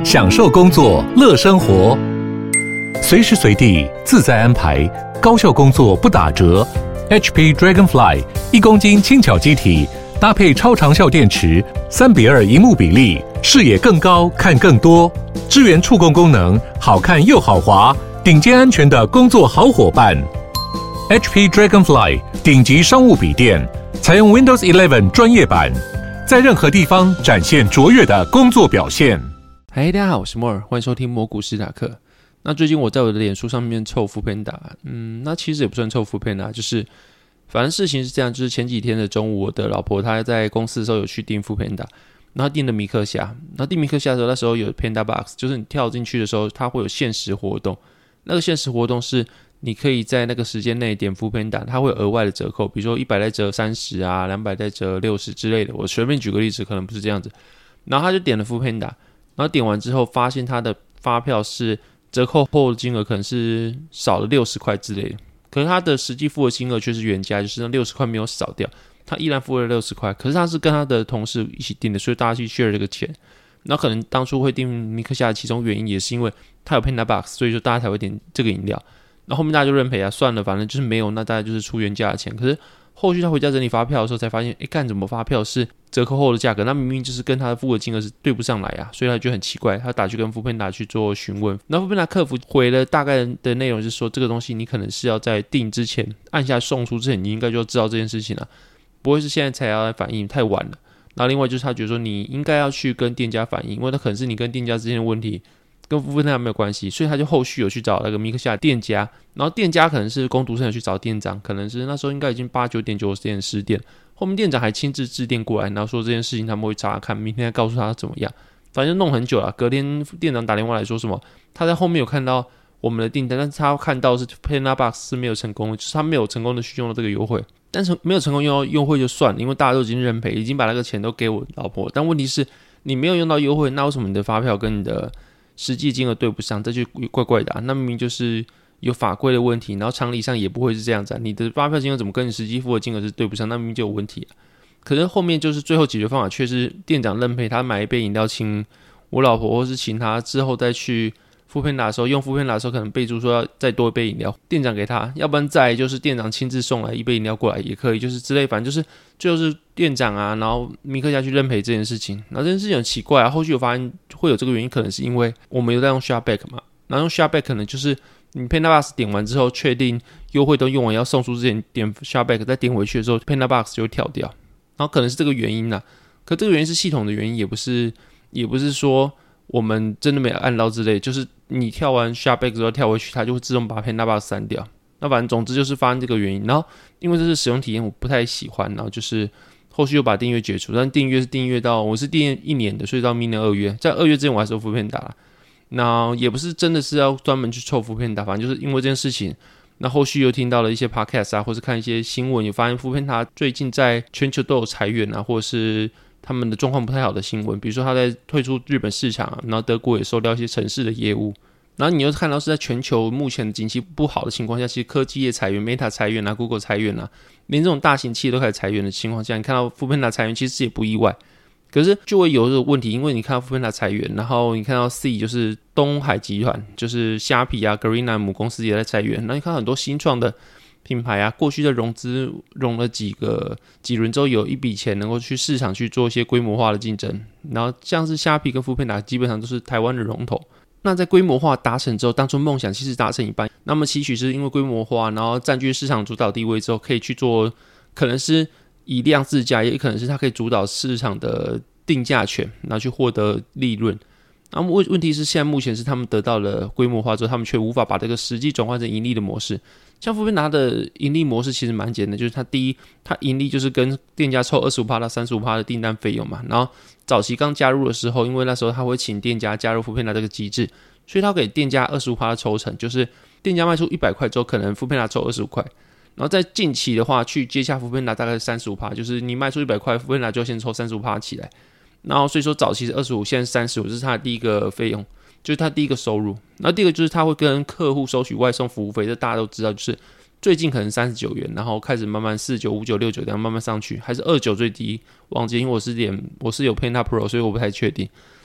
享受工作，乐生活，随时随地自在安排，高效工作不打折。HP Dragonfly 1公斤轻巧机体，搭配超长效电池，3:2萤幕比例，视野更高，看更多，支援触控功能，好看又好滑，顶尖安全的工作好伙伴。HP Dragonfly 顶级商务笔电，采用 Windows 11专业版，在任何地方展现卓越的工作表现。 嗨，大家好，我是莫尔，欢迎收听魔股史塔克。那最近我在我的脸书上面凑foodpanda，那其实也不算凑foodpanda，就是反正事情是这样，就是前几天的中午，我的老婆她在公司的时候有去订foodpanda，然后订了米克虾，然后订米克虾的时候，那时候有 Panda Box， 就是你跳进去的时候，它会有限时活动，那个限时活动是你可以在那个时间内点foodpanda，它会有额外的折扣，比如说100再折30啊，200再折60之类的，我随便举个例子，可能不是这样子。然后他就点了foodpanda，然后点完之后发现他的发票是折扣后的金额可能是少了60块之类的，可是他的实际付的金额却是原价，就是那60块没有少掉，他依然付了60块，可是他是跟他的同事一起订的，所以大家去 share 这个钱。那可能当初会订米克夏的其中原因也是因为他有 Panda Box， 所以说大家才会点这个饮料。然后后面大家就认赔啊，算了，反正就是没有，那大家就是出原价的钱。可是后续他回家整理发票的时候才发现，干怎么发票是折扣后的价格？那明明就是跟他付的金额是对不上来啊，所以他就很奇怪，他打去跟foodpanda去做询问。那foodpanda客服回了大概的内容是说，这个东西你可能是要在订之前按下送出之前，你应该就知道这件事情了，不会是现在才要来反应，太晚了。然后另外就是他觉得说你应该要去跟店家反映，因为那可能是你跟店家之间的问题，跟foodpanda没有关系，所以他就后续有去找那个米克夏店家，然后店家可能是工读生有去找店长，可能是那时候应该已经8、9点、9点、10点，后面店长还亲自致电过来，然后说这件事情他们会查看，明天再告诉他怎么样，反正就弄很久了。隔天店长打电话来说什么，他在后面有看到我们的订单，但是他看到是 Panda Box 是没有成功的，就是他没有成功的去用到这个优惠，但是没有成功用到优惠就算了，因为大家都已经认赔，已经把那个钱都给我老婆，但问题是你没有用到优惠，那为什么你的发票跟你的实际金额对不上？这就怪怪的啊！那明明就是有法规的问题，然后常理上也不会是这样子啊！你的发票金额怎么跟你实际付的金额是对不上？那明明就有问题啊！可是后面就是最后解决方法却是店长认赔，他买一杯饮料请我老婆，或是请他之后再去foodpanda的时候，用foodpanda的时候可能备注说要再多一杯饮料，店长给他，要不然再就是店长亲自送来一杯饮料过来也可以，就是之类，反正就是最后是店长啊，然后米克夏去认赔这件事情，然后这件事情很奇怪啊，后续有发现会有这个原因，可能是因为我们有在用 Shopback 嘛，然后用 Shopback 可能就是你 Panda Box 点完之后，确定优惠都用完要送出之前点 Shopback， 再点回去的时候 Panda Box 就会跳掉，然后可能是这个原因啦，可这个原因是系统的原因，也不是说我们真的没有按到之类，就是你跳完 Shopback 之后跳回去，它就会自动把 Panda Box 删掉。那反正总之就是发生这个原因，然后因为这是使用体验我不太喜欢，然后就是后续又把订阅解除，但订阅是订阅到我是订阅1年的，所以到明年2月，在2月之前我还是有foodpanda啦。那也不是真的是要专门去凑foodpanda，反正就是因为这件事情，那后续又听到了一些 podcast 啊，或是看一些新闻，也发现foodpanda最近在全球都有裁员啊，或者是他们的状况不太好的新闻，比如说他在退出日本市场啊，然后德国也收掉一些城市的业务，然后你又看到是在全球目前的景气不好的情况下，其实科技业裁员 ，Meta 裁员啊 ，Google 裁员啊，连这种大型企业都开始裁员的情况下，你看到foodpanda裁员其实也不意外。可是就会有这个问题，因为你看到foodpanda裁员，然后你看到 C 就是东海集团，就是虾皮啊 ，Garena 母公司也在裁员，然后你看到很多新创的品牌啊，过去的融资融了几轮之后，有一笔钱能够去市场去做一些规模化的竞争，然后像是虾皮跟foodpanda基本上都是台湾的龙头。那在规模化达成之后，当初梦想其实达成一半，那么期许是因为规模化，然后占据市场主导地位之后，可以去做，可能是以量制价，也可能是它可以主导市场的定价权，然后去获得利润。然后问题是现在目前是他们得到了规模化之后，他们却无法把这个实际转换成盈利的模式。像foodpanda的盈利模式其实蛮简单，就是它第一，它盈利就是跟店家抽 25% 到 35% 的订单费用嘛。然后早期刚加入的时候，因为那时候他会请店家加入foodpanda这个机制，所以他给店家 25% 的抽成，就是店家卖出100块之后，可能foodpanda抽25块。然后在近期的话，去接下foodpanda大概是 35%， 就是你卖出100块，foodpanda就先抽 35% 起来。然后所以说早期是25，现在是35，这是他的第一个费用，就是他第一个收入。然后第二个就是他会跟客户收取外送服务费，这大家都知道，就是最近可能39元，然后开始慢慢49、59、69这样慢慢上去，还是29最低，忘记，因为我是有 Panda Pro， 所以我不太确定。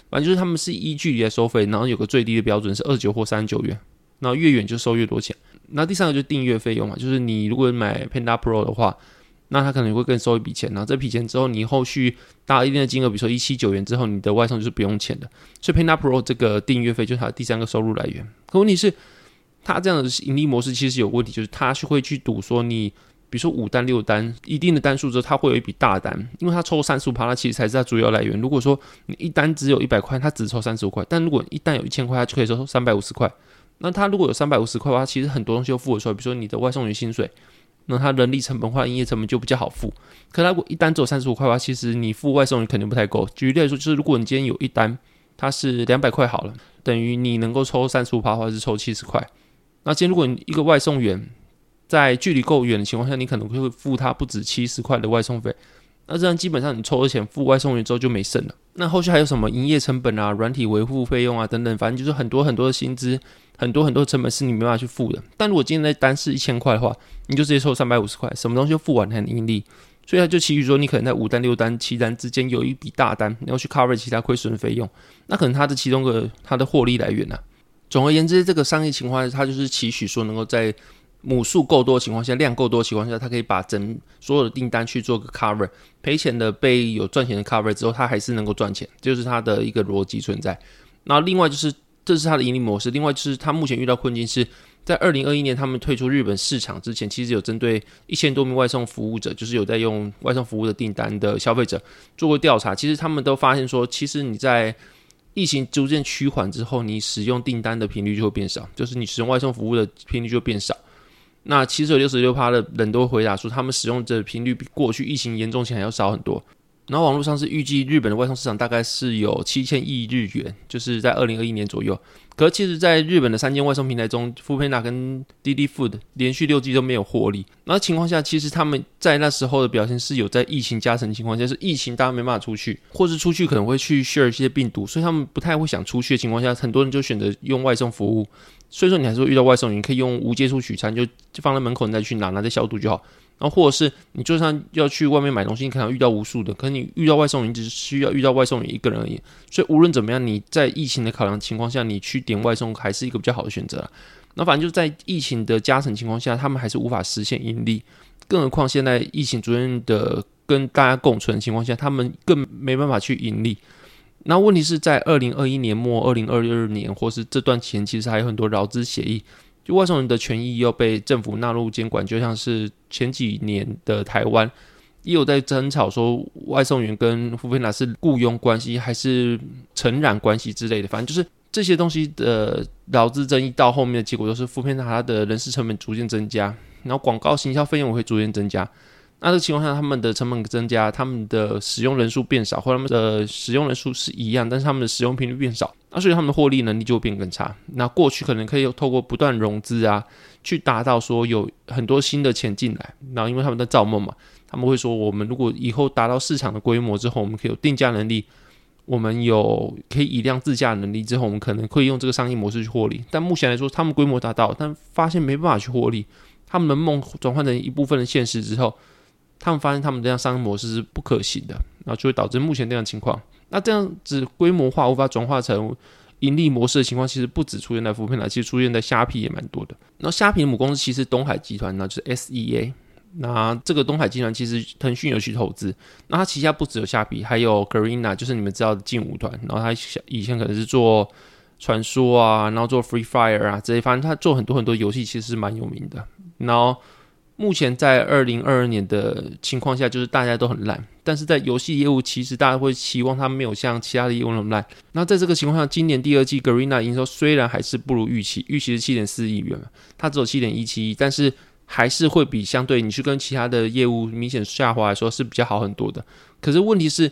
反正就是他们是依距离来收费，然后有个最低的标准是29或39元，然后越远就收越多钱。那第三个就是订阅费用嘛，就是你如果买 Panda Pro 的话，那他可能会更收一笔钱，然后这笔钱之后，你后续达到一定的金额，比如说179元之后，你的外送就是不用钱的。所以 Panda Pro 这个订阅费就是它的第三个收入来源。可问题是，它这样的盈利模式其实有问题，就是它是会去赌说你，比如说5单6单一定的单数之后，它会有一笔大单，因为它抽35%，它其实才是它主要来源。如果说你一单只有100块，它只抽35块，但如果一单有1000块，它就可以收350块。那它如果有350块的话，其实很多东西都付得出来，比如说你的外送员薪水。那它人力成本或营业成本就比较好付，可它如果一单只有35块的话，其实你付外送员肯定不太够。举例来说，就是如果你今天有一单，它是200块好了，等于你能够抽35%的话是抽70块。那今天如果你一个外送员在距离够远的情况下，你可能会付他不止70块的外送费。那这样基本上你抽的钱付外送员之后就没剩了。那后续还有什么营业成本啊、软体维护费用啊等等，反正就是很多很多的薪资。很多成本是你没办法去付的，但如果今天的单是1000块的话，你就直接抽350块，什么东西都付完很盈利，所以它就基于说你可能在5单6单7单之间有一笔大单，你要去 cover 其他亏损的费用，那可能它的其中它的获利来源啊。总而言之，这个商业情况下，它就是期许说能够在母数够多的情况下，量够多的情况下，它可以把所有的订单去做个 cover， 赔钱的被有赚钱的 cover 之后，它还是能够赚钱，就是它的一个逻辑存在。然后另外就是这是它的盈利模式，另外就是它目前遇到困境是在2021年他们退出日本市场之前，其实有针对1000多名外送服务者，就是有在用外送服务的订单的消费者做过调查，其实他们都发现说，其实你在疫情逐渐趋缓之后，你使用订单的频率就会变少，就是你使用外送服务的频率就会变少。那其实有 66% 的人都会回答说，他们使用的频率比过去疫情严重前还要少很多。然后网络上是预计日本的外送市场大概是有7000亿日元，就是在2021年左右。可是其实在日本的3间外送平台中 Foodpanda 跟 Didi Food 连续6季都没有获利。那情况下，其实他们在那时候的表现是有在疫情加成的情况下，是疫情大家没办法出去，或是出去可能会去 share 一些病毒，所以他们不太会想出去的情况下，很多人就选择用外送服务。所以说你还是会遇到外送员，你可以用无接触取餐，就放在门口你再去拿再消毒就好。然后或者是你就算要去外面买东西，你可能遇到无数的，可是你遇到外送员只需要遇到外送员一个人而已。所以无论怎么样，你在疫情的考量情况下，你去点外送还是一个比较好的选择啦。那反正就在疫情的加成情况下，他们还是无法实现盈利，更何况现在疫情逐渐的跟大家共存的情况下，他们更没办法去盈利。那问题是在2021年末、2022年或是这段期间，其实还有很多劳资协议。就外送人的权益又被政府纳入监管，就像是前几年的台湾也有在争吵说外送员跟Foodpanda是雇佣关系还是承揽关系之类的，反正就是这些东西的劳资争议到后面的结果都是Foodpanda它的人事成本逐渐增加，然后广告行销费用也会逐渐增加。那这个情况下，他们的成本增加，他们的使用人数变少，或他们的使用人数是一样，但是他们的使用频率变少，那所以他们的获利能力就会变更差。那过去可能可以透过不断融资啊，去达到说有很多新的钱进来，然后因为他们在造梦嘛，他们会说我们如果以后达到市场的规模之后，我们可以有定价能力，我们有可以以量自价的能力之后，我们可能可以用这个商业模式去获利。但目前来说，他们规模达到，但发现没办法去获利，他们的梦转换成一部分的现实之后，他们发现他们这样商业模式是不可行的，然后就会导致目前这样的情况。那这样子规模化无法转化成盈利模式的情况，其实不只出现在Foodpanda，其实出现在虾皮也蛮多的。那虾皮的母公司其实东海集团呢，就是 SEA。那这个东海集团其实腾讯有去投资，那它旗下不只有虾皮，还有 Garena， 就是你们知道的劲舞团，然后它以前可能是做传说啊，然后做 Free Fire 啊这些，反正它做很多很多游戏，其实是蛮有名的。然后目前在2022年的情况下，就是大家都很烂，但是在游戏业务，其实大家会期望它没有像其他的业务那么烂。那在这个情况下，今年第二季 Garena 营收虽然还是不如预期，预期是 7.4 亿元，它只有 7.17 亿，但是还是会比相对你去跟其他的业务明显下滑来说是比较好很多的。可是问题是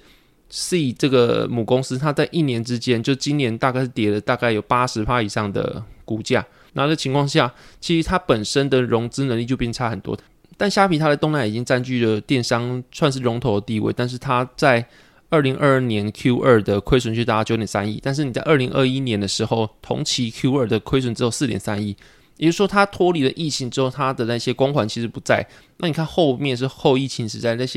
C 这个母公司，它在一年之间，就今年大概是跌了大概有 80% 以上的股价。那的情况下，其实它本身的融资能力就变差很多。但虾皮它在东南亚已经占据了电商算是龙头的地位，但是它在2022年 Q2 的亏损却达到 9.3 亿，但是你在2021年的时候，同期 Q2 的亏损只有 4.3 亿。也就是说，它脱离了疫情之后，它的那些光环其实不在。那你看后面是后疫情时代，那些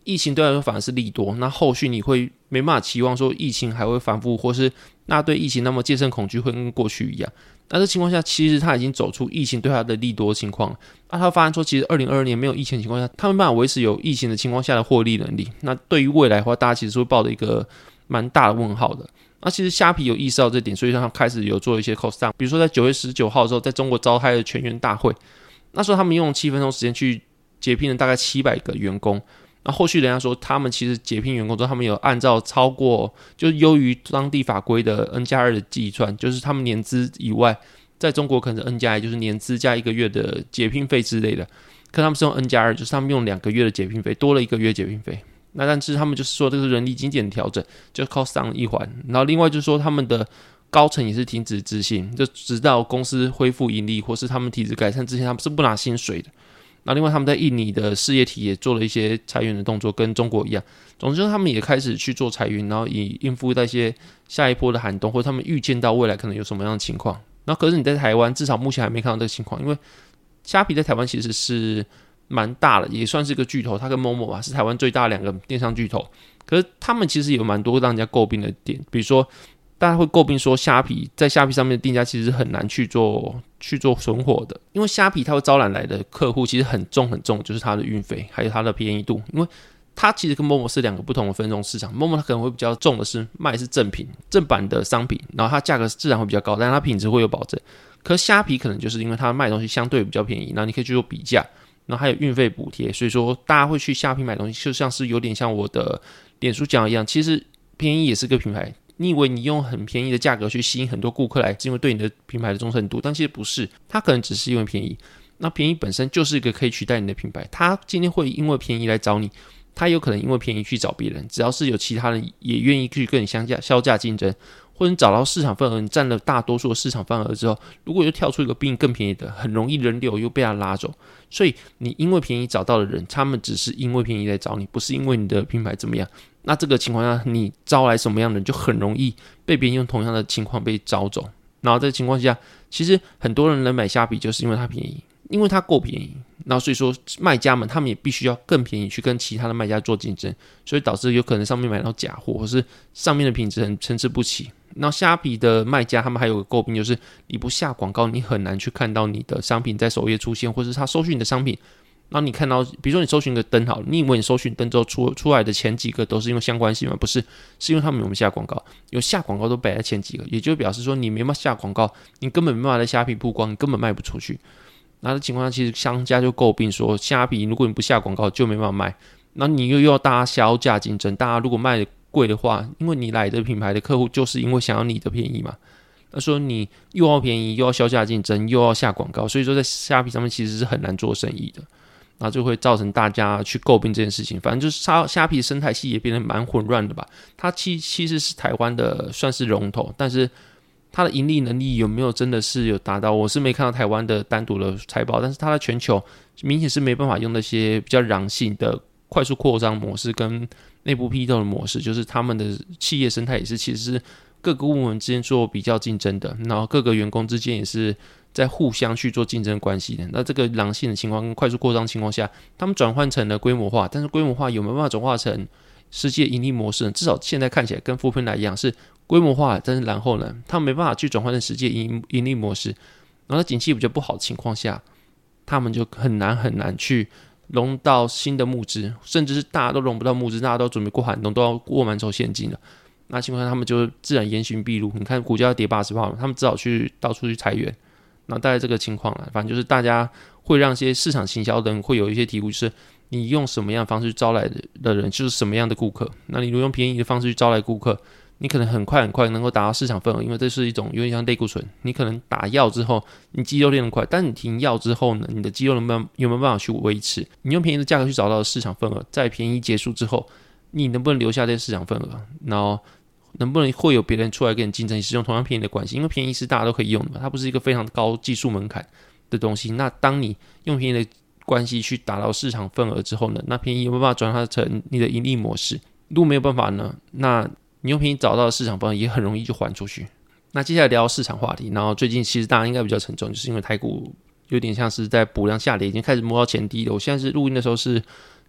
疫情对来说反而是利多，那后续你会没办法期望说疫情还会反复，或是大家对疫情那么戒慎恐惧会跟过去一样。那这情况下，其实他已经走出疫情对他的利多情况了。那他发现说，其实2022年没有疫情的情况下，他没办法维持有疫情的情况下的获利能力。那对于未来的话，大家其实会抱着一个蛮大的问号的。那其实虾皮有意识到这点，所以他开始有做一些 cost down， 比如说在9月19号的时候，在中国召开了全员大会，那时候他们用了7分钟时间去解聘了大概700个员工。那后续人家说，他们其实解聘员工之后，他们有按照超过就是优于当地法规的 N+2 的计算，就是他们年资以外，在中国可能是 N+1，就是年资加1个月的解聘费之类的，可他们是用 N+2，就是他们用2个月的解聘费，多了1个月解聘费。那但是他们就是说这个人力精简的调整，就 cost down 一环。然后另外就是说他们的高层也是停止执行，就直到公司恢复盈利或是他们体制改善之前，他们是不拿薪水的。那另外他们在印尼的事业体也做了一些裁员的动作，跟中国一样。总之他们也开始去做裁员，然后以应付那些下一波的寒冬，或者他们预见到未来可能有什么样的情况。然后可是你在台湾至少目前还没看到这个情况，因为虾皮在台湾其实是蛮大的，也算是个巨头，它跟 Momo 吧是台湾最大的2个电商巨头。可是他们其实有蛮多让人家诟病的点，比如说大家会诟病说虾皮在虾皮上面的定价其实很难去做存活的，因为虾皮它会招揽来的客户其实很重，就是它的运费还有它的便宜度，因为它其实跟 Momo 是2个不同的分众市场。 Momo 它可能会比较重的是卖的是正品正版的商品，然后它价格自然会比较高，但是它品质会有保证。可是虾皮可能就是因为它卖的东西相对比较便宜，然后你可以去做比价，然后还有运费补贴，所以说大家会去虾皮买东西，就像是有点像我的脸书讲的一样，其实便宜也是个品牌。你以为你用很便宜的价格去吸引很多顾客来，是因为对你的品牌的忠诚度，但其实不是，它可能只是因为便宜。那便宜本身就是一个可以取代你的品牌，它今天会因为便宜来找你，它有可能因为便宜去找别人，只要是有其他人也愿意去跟你削价竞争，或者你找到市场份额，你占了大多数的市场份额之后，如果又跳出一个比你更便宜的，很容易人流又被它拉走。所以你因为便宜找到的人，他们只是因为便宜来找你，不是因为你的品牌怎么样。那这个情况下，你招来什么样的人，就很容易被别人用同样的情况被招走。然后在这个情况下，其实很多人来买虾皮就是因为它便宜，因为它够便宜，然后所以说卖家们他们也必须要更便宜去跟其他的卖家做竞争，所以导致有可能上面买到假货，或是上面的品质很参差不齐。然后虾皮的卖家他们还有个诟病，就是你不下广告，你很难去看到你的商品在首页出现，或是他搜寻你的商品。然后你看到，比如说你搜寻个灯好了，你以为你搜寻灯之后出来的前几个都是因为相关性吗？不是，是因为他们有没有下广告，有下广告都摆在前几个，也就表示说你没办法下广告，你根本没办法在虾皮曝光，你根本卖不出去。那的情况下，其实商家就诟病说，虾皮如果你不下广告就没办法卖，那你又要大家削价竞争，大家如果卖的贵的话，因为你来的品牌的客户就是因为想要你的便宜嘛。那说你又要便宜，又要削价竞争，又要下广告，所以说在虾皮上面其实是很难做生意的。然后就会造成大家去诟病这件事情。反正就是虾皮的生态系也变得蛮混乱的吧。它其实是台湾的算是龙头，但是它的盈利能力有没有真的是有达到？我是没看到台湾的单独的财报，但是它在全球明显是没办法用那些比较狼性的快速扩张模式跟内部批斗的模式，就是他们的企业生态也是其实是各个部门之间做比较竞争的，然后各个员工之间也是在互相去做竞争关系的。那这个狼性的情况跟快速扩张情况下，他们转换成了规模化，但是规模化有没有办法转化成实际的盈利模式呢？至少现在看起来跟 Foodpanda 一样是规模化，但是然后呢，他们没办法去转换成实际的盈利模式。然后在景气比较不好的情况下，他们就很难去融到新的募资，甚至是大家都融不到募资，大家都准备过寒冬，都要过满手现金了。那情况下他们就自然严刑逼路，你看股价要跌80%，他们只好去到处去裁员。那大概这个情况啦，反正就是大家会让一些市场行销的人会有一些体悟，就是你用什么样的方式去招来的人就是什么样的顾客。那你如果用便宜的方式去招来顾客，你可能很快能够达到市场份额，因为这是一种有点像类固醇。你可能打药之后，你肌肉练得快，但你停药之后呢，你的肌肉有没有办法去维持？你用便宜的价格去找到市场份额，在便宜结束之后，你能不能留下这些市场份额？然后能不能会有别人出来跟你竞争，使用同样便宜的关系？因为便宜是大家都可以用的嘛，它不是一个非常高技术门槛的东西。那当你用便宜的关系去达到市场份额之后呢，那便宜有没有办法转化成你的盈利模式？如果没有办法呢，那你用便宜找到的市场份额也很容易就还出去。那接下来聊市场话题，然后最近其实大家应该比较沉重，就是因为台股有点像是在补量下跌，已经开始摸到前低了。我现在是录音的时候是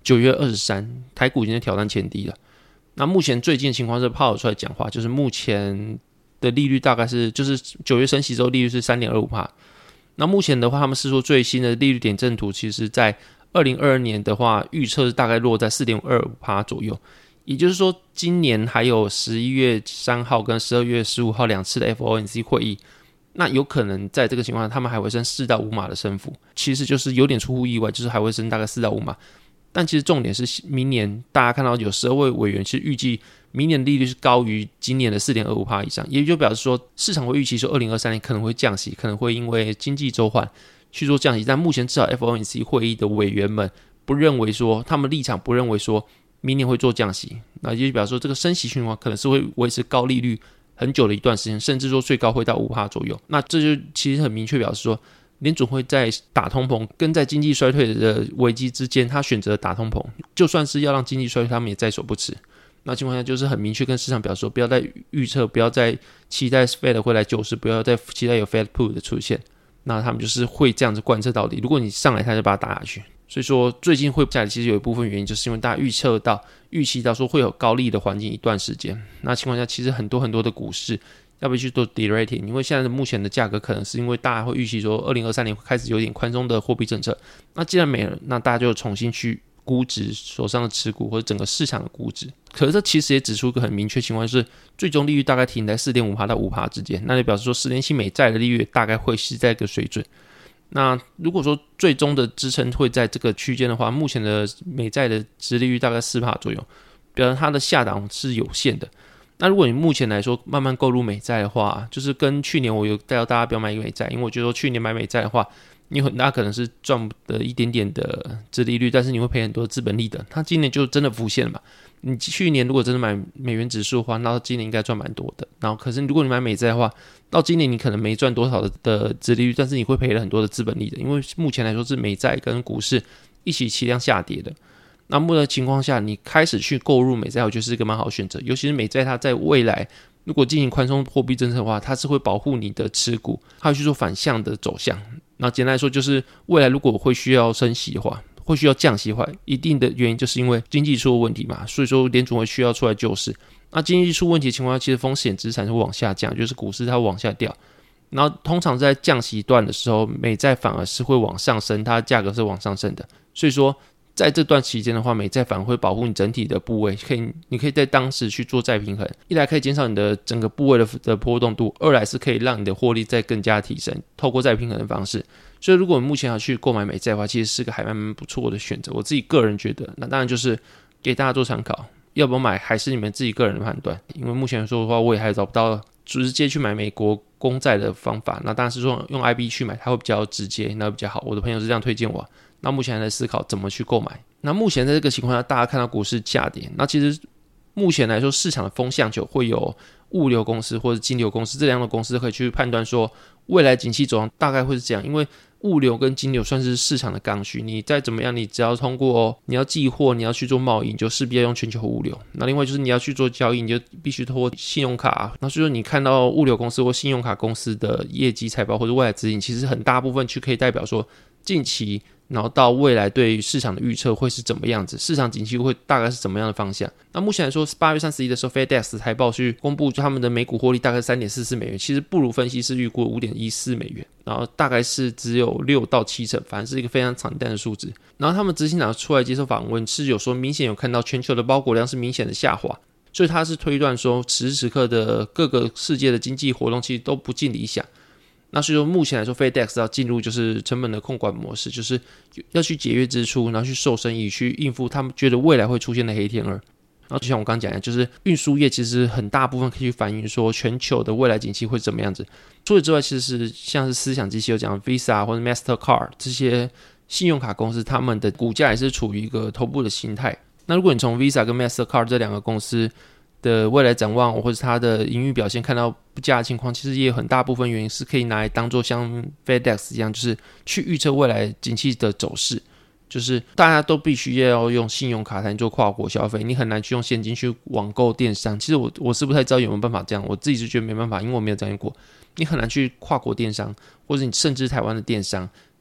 9月23台股已经挑战前低了。那目前最近的情况是鲍尔出来讲话，就是目前的利率大概是就是9月升息之后利率是 3.25%。那目前的话他们是说最新的利率点阵图其实在2022年的话预测是大概落在 4.25% 左右。也就是说今年还有11月3号跟12月15号2次的 FOMC 会议，那有可能在这个情况下他们还会升4到5码的升幅，其实就是有点出乎意外，就是还会升大概4到5码。但其实重点是明年大家看到有12位委员是预计明年的利率是高于今年的 4.25% 以上，也就表示说市场会预期说2023年可能会降息，可能会因为经济周缓去做降息，但目前至少 FOMC 会议的委员们不认为说，他们立场不认为说明年会做降息，那也就表示说这个升息循环可能是会维持高利率很久的一段时间，甚至说最高会到 5% 左右。那这就其实很明确表示说联准会在打通膨跟在经济衰退的危机之间，他选择打通膨，就算是要让经济衰退他们也在所不辞。那情况下就是很明确跟市场表示说，不要再预测，不要再期待 Fed 会来救市，不要再期待有 Fed Put 的出现，那他们就是会这样子贯彻到底。如果你上来他就把它打下去，所以说最近会下来其实有一部分原因就是因为大家预期到说会有高利的环境一段时间，那情况下其实很多的股市要不要去做 de-rating， 因为现在的目前的价格可能是因为大家会预期说2023年会开始有点宽松的货币政策，那既然没了，那大家就重新去估值手上的持股或者整个市场的估值。可是这其实也指出一个很明确情况，就是最终利率大概停在 4.5% 到 5% 之间，那就表示说10年期美债的利率大概会是在一个水准。那如果说最终的支撑会在这个区间的话，目前的美债的殖利率大概 4% 左右，表示它的下档是有限的。那如果你目前来说慢慢购入美债的话，就是跟去年我有带到大家不要买美债，因为我觉得说去年买美债的话，你很大可能是赚的一点点的殖利率，但是你会赔很多资本利得。它今年就真的浮现了嘛？你去年如果真的买美元指数的话，那今年应该赚蛮多的。然后可是如果你买美债的话，到今年你可能没赚多少的殖利率，但是你会赔了很多的资本利得，因为目前来说是美债跟股市一起齐量下跌的。那么的情况下，你开始去购入美债，我觉得是一个蛮好的选择。尤其是美债，它在未来如果进行宽松货币政策的话，它是会保护你的持股，它会去做反向的走向。那简单来说，就是未来如果会需要升息的话，会需要降息的话，一定的原因就是因为经济出了问题嘛，所以说联准会需要出来救市。那经济出问题的情况下，其实风险资产会往下降，就是股市它会往下掉。然后通常在降息段的时候，美债反而是会往上升，它的价格是往上升的。所以说在这段期间的话，美债反而会保护你整体的部位，你可以在当时去做再平衡，一来可以减少你的整个部位的波动度，二来是可以让你的获利再更加提升，透过再平衡的方式。所以如果你目前要去购买美债的话，其实是个还蛮不错的选择，我自己个人觉得。那当然就是给大家做参考，要不要买还是你们自己个人的判断。因为目前来说的话，我也还找不到直接去买美国公债的方法，那当然是说用 IB 去买，它会比较直接，那会比较好。我的朋友是这样推荐我，那目前还在思考怎么去购买。那目前在这个情况下，大家看到股市下跌，那其实目前来说市场的风向就会有物流公司或者金流公司这两种公司可以去判断说未来景气走向大概会是这样。因为物流跟金流算是市场的刚需，你再怎么样，你只要通过你要寄货，你要去做贸易，你就势必要用全球物流。那另外就是你要去做交易，你就必须通过信用卡。那所以说你看到物流公司或信用卡公司的业绩财报或者未来指引，其实很大部分去可以代表说近期然后到未来对于市场的预测会是怎么样子，市场景气会大概是怎么样的方向。那目前来说8月31的时候 FedEx 财报去公布他们的每股获利大概 3.44 美元，其实不如分析师预估 5.14 美元，然后大概是只有6到7成，反正是一个非常惨淡的数字。然后他们执行长出来接受访问是有说明显有看到全球的包裹量是明显的下滑，所以他是推断说此时此刻的各个世界的经济活动其实都不尽理想。那所以说目前来说 FedEx 要进入就是成本的控管模式，就是要去节约支出，然后去瘦身以去应付他们觉得未来会出现的黑天鹅。然后就像我刚刚讲的，就是运输业其实很大部分可以去反映说全球的未来景气会怎么样子。除此之外，其实像是思想机器有讲 Visa 或者 Mastercard 这些信用卡公司，他们的股价也是处于一个头部的形态。那如果你从 Visa 跟 Mastercard 这两个公司的未来展望或者它的营运表现看到不佳的情况，其实也有很大部分原因是可以拿来当做像 FedEx 一样，就是去预测未来景气的走势。就是大家都必须要用信用卡才能做跨国消费，你很难去用现金去网购电商。其实我是不太知道有没有办法这样，我自己是觉得没办法，因为我没有这样过。你很难去跨国电商，或者你甚至台湾的电商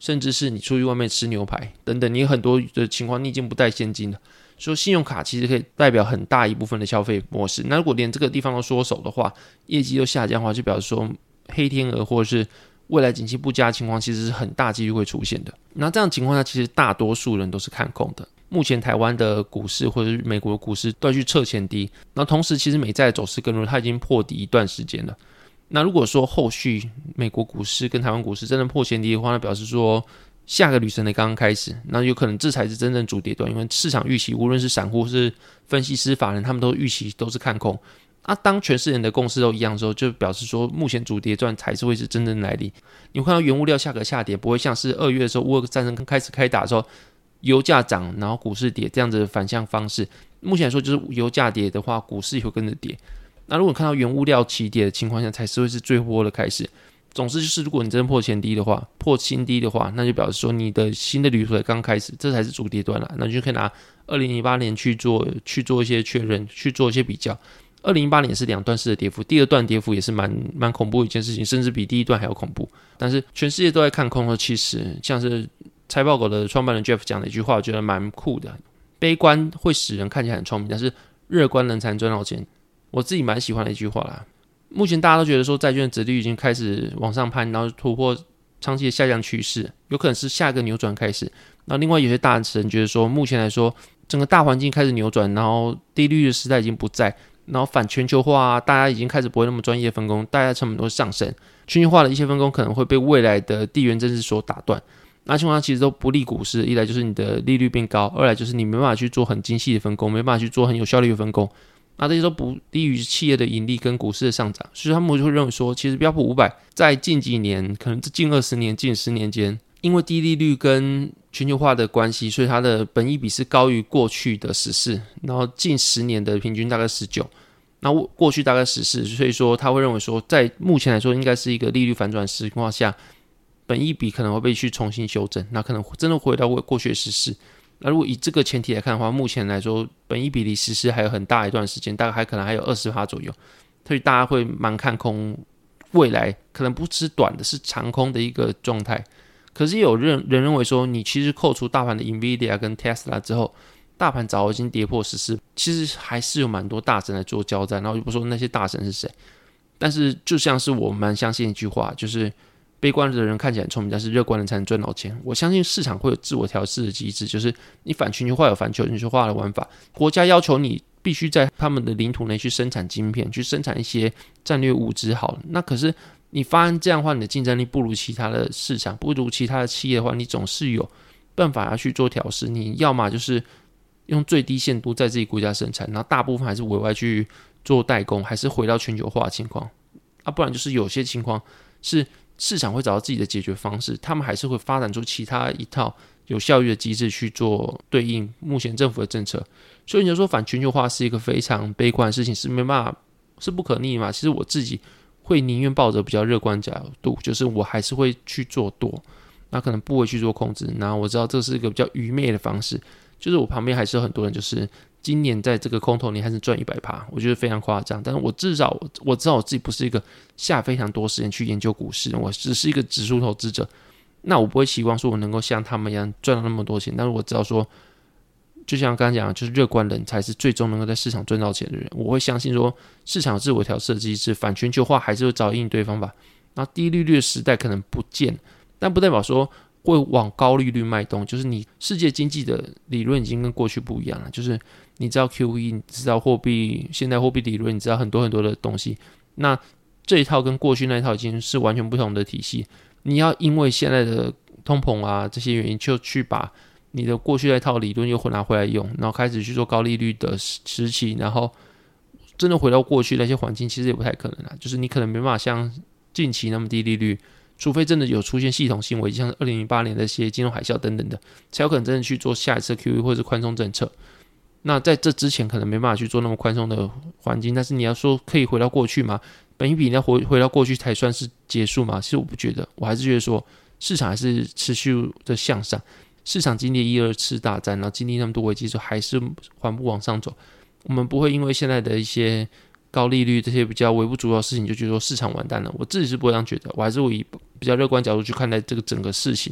甚至是你出去外面吃牛排等等，你很多的情况你已经不带现金了。所以信用卡其实可以代表很大一部分的消费模式。那如果连这个地方都缩手的话，业绩都下降的话，就表示说黑天鹅或者是未来景气不佳的情况其实是很大几率会出现的。那这样的情况下，其实大多数人都是看空的。目前台湾的股市或者是美国的股市都要去测前低，然后同时其实美债的走势更弱，它已经破底一段时间了。那如果说后续美国股市跟台湾股市真的破前低的话，那表示说下个旅程的刚刚开始，那有可能这才是真正主跌段，因为市场预期无论是散户是分析师法人，他们都预期都是看空。当全世界人的共识都一样的时候，就表示说目前主跌段才是会是真正来临。你会看到原物料价格下跌，不会像是2月的时候乌俄战争开始开打的时候，油价涨然后股市跌这样子的反向方式。目前来说就是油价跌的话，股市也会跟着跌。那如果看到原物料齐跌的情况下，才是会是最波的开始。总之就是，如果你真的破前低的话，破新低的话，那就表示说你的新的旅途才刚开始，这才是主跌段了。那你就可以拿2008年去做一些确认，去做一些比较。2018年是2段式的跌幅，第2段跌幅也是蛮恐怖的一件事情，甚至比第1段还要恐怖。但是全世界都在看空的，其实像是财报狗的创办人 Jeff 讲的一句话，我觉得蛮酷的：悲观会使人看起来很聪明，但是乐观人才能赚到钱。我自己蛮喜欢的一句话啦。目前大家都觉得说债券的殖利率已经开始往上攀，然后突破长期的下降趋势，有可能是下一个扭转开始。然后另外有些大人觉得说，目前来说整个大环境开始扭转，然后低利率的时代已经不在，然后反全球化大家已经开始不会那么专业分工，大家成本都上升，全球化的一些分工可能会被未来的地缘政治所打断。那情况下其实都不利股市，一来就是你的利率变高，二来就是你没办法去做很精细的分工，没办法去做很有效率的分工。那这些都不利于企业的盈利跟股市的上涨，所以他们就会认为说，其实标普500在近几年，可能近20年、近10年间，因为低利率跟全球化的关系，所以它的本益比是高于过去的14，然后近10年的平均大概19，那过去大概14，所以说他会认为说，在目前来说，应该是一个利率反转的情况下，本益比可能会被去重新修正，那可能真的回到过去的14。那如果以这个前提来看的话，目前来说，本益比离实施还有很大一段时间，大概可能还有20%左右，所以大家会蛮看空未来，可能不是短的，是长空的一个状态。可是也有人认为说，你其实扣除大盘的 Nvidia 跟 Tesla 之后，大盘早已经跌破14，其实还是有蛮多大神来做交战，然后就不说那些大神是谁，但是就像是我蛮相信一句话，就是悲观的人看起来很聪明，但是乐观的人才能赚到钱。我相信市场会有自我调试的机制，就是你反全球化有反全球化的玩法，国家要求你必须在他们的领土内去生产晶片，去生产一些战略物资好了，那可是你发现这样的话，你的竞争力不如其他的市场，不如其他的企业的话，你总是有办法要去做调试。你要么就是用最低限度在自己国家生产，然后大部分还是委外去做代工，还是回到全球化的情况不然就是有些情况是市场会找到自己的解决方式，他们还是会发展出其他一套有效率的机制去做对应目前政府的政策。所以你就说反全球化是一个非常悲观的事情，是没办法，是不可逆嘛。其实我自己会宁愿抱着比较乐观角度，就是我还是会去做多，那可能不会去做控制。然后我知道这是一个比较愚昧的方式，就是我旁边还是有很多人就是今年在这个空头年还是赚 100%， 我觉得非常夸张。但是我知道我自己不是一个下非常多时间去研究股市，我只是一个指数投资者。那我不会期望说我能够像他们一样赚到那么多钱，但是我知道说，就像刚刚讲的，就是乐观人才是最终能够在市场赚到钱的人。我会相信说，市场自我调试的机制，反全球化还是会找应对方法。然后低利率的时代可能不见，但不代表说会往高利率脉动，就是你世界经济的理论已经跟过去不一样了，就是你知道 QE， 你知道现代货币理论，你知道很多很多的东西，那这一套跟过去那一套已经是完全不同的体系。你要因为现在的通膨这些原因，就去把你的过去那一套理论又拿回来用，然后开始去做高利率的时期，然后真的回到过去那些环境，其实也不太可能啦。就是你可能没办法像近期那么低利率，除非真的有出现系统性危机，像2008年的一些金融海啸等等的，才有可能真的去做下一次 QE 或者是宽松政策。那在这之前可能没办法去做那么宽松的环境，但是你要说可以回到过去吗？本益比你要回到过去才算是结束吗？其实我不觉得，我还是觉得说市场还是持续的向上，市场经历1、2次大战，然后经历那么多危机之后，还是缓步往上走。我们不会因为现在的一些高利率这些比较微不足道的事情就觉得说市场完蛋了，我自己是不会这样觉得，我还是会以比较乐观角度去看待这个整个事情。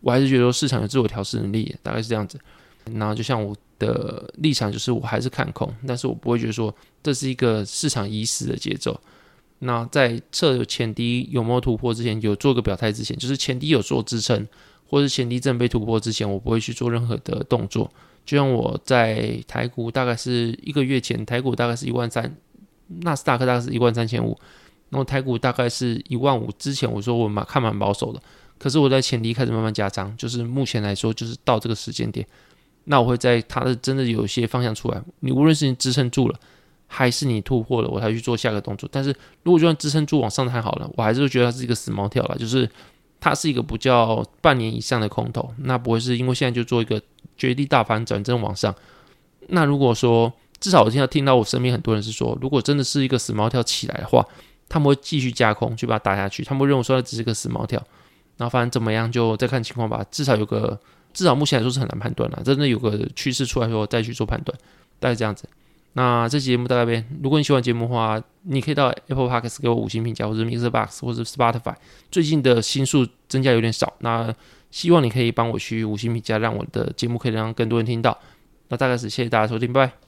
我还是觉得说市场有自我调试能力，大概是这样子。那就像我的立场就是我还是看空，但是我不会觉得说这是一个市场已死的节奏。那在测前低有没有突破之前，有做个表态之前，就是前低有做支撑，或是前低正被突破之前，我不会去做任何的动作。就像我在台股大概是1个月前，台股大概是13000，纳斯达克大概是13500，然后台股大概是15000之前，我说我看蛮保守的，可是我在前低开始慢慢加仓，就是目前来说就是到这个时间点，那我会在它的真的有一些方向出来，你无论是你支撑住了，还是你突破了，我才去做下个动作。但是如果就算支撑住往上太好了，我还是会觉得它是一个死猫跳啦，就是它是一个比较半年以上的空头，那不会是因为现在就做一个绝地大反转真往上。那如果说至少我听到我身边很多人是说，如果真的是一个死猫跳起来的话，他们会继续加空去把它打下去，他们会认为说它只是个死猫跳，然后反正怎么样就再看情况吧，至少目前来说是很难判断啦，真的有个趋势出来说再去做判断，大概这样子。那这期节目大概边，如果你喜欢节目的话，你可以到 Apple Podcast 给我5星评价，或者 Mixerbox 或者 Spotify。最近的新数增加有点少，那希望你可以帮我去5星评价，让我的节目可以让更多人听到。那大概是谢谢大家收听，拜拜。